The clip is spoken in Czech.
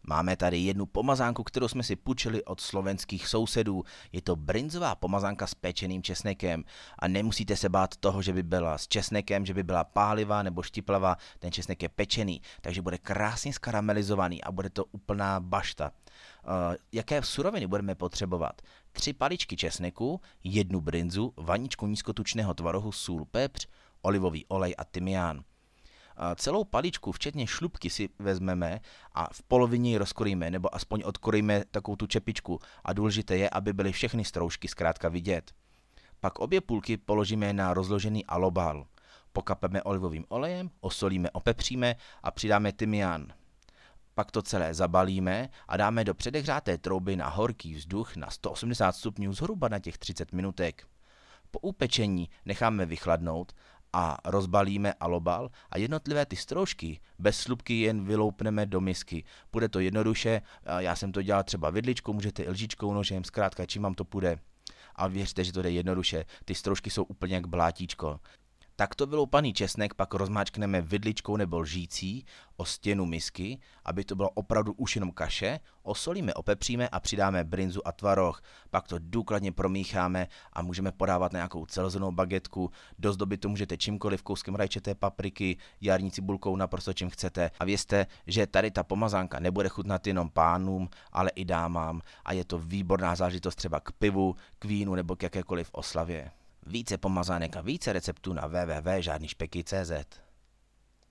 Máme tady jednu pomazánku, kterou jsme si půjčili od slovenských sousedů. Je to brinzová pomazánka s pečeným česnekem a nemusíte se bát toho, že by byla s česnekem, že by byla pálivá nebo štiplavá. Ten česnek je pečený, takže bude krásně skaramelizovaný a bude to úplná bašta. Jaké suroviny budeme potřebovat? 3 paličky česneku, 1 brinzu, vaničku nízkotučného tvarohu, sůl, pepř, olivový olej a tymián. Celou paličku, včetně šlupky, si vezmeme a v polovině ji rozkoríme, nebo aspoň odkoríme takovou tu čepičku. A důležité je, aby byly všechny stroužky zkrátka vidět. Pak obě půlky položíme na rozložený alobal. Pokapeme olivovým olejem, osolíme, opepříme a přidáme tymián. Pak to celé zabalíme a dáme do předehřáté trouby na horký vzduch na 180 stupňů zhruba na těch 30 minutek. Po upečení necháme vychladnout a rozbalíme alobal a jednotlivé ty stroužky bez slupky jen vyloupneme do misky. Bude to jednoduše, já jsem to dělal třeba vidličkou, můžete i lžičkou, nožem, zkrátka čím vám to půjde. A věřte, že to jde jednoduše, ty stroužky jsou úplně jak blátíčko. Takto vyloupaný česnek pak rozmáčkneme vidličkou nebo lžící o stěnu misky, aby to bylo opravdu už jenom kaše, osolíme, opepříme a přidáme brinzu a tvaroh. Pak to důkladně promícháme a můžeme podávat na nějakou celozrnnou bagetku. Dozdobit to můžete čímkoliv, kouskem rajčaté papriky, jarní cibulkou, naprosto čím chcete. A vězte, že tady ta pomazánka nebude chutnat jenom pánům, ale i dámám a je to výborná záležitost třeba k pivu, k vínu nebo k jakékoliv oslavě. Více pomazánek a více receptů na www.žádnyšpeky.cz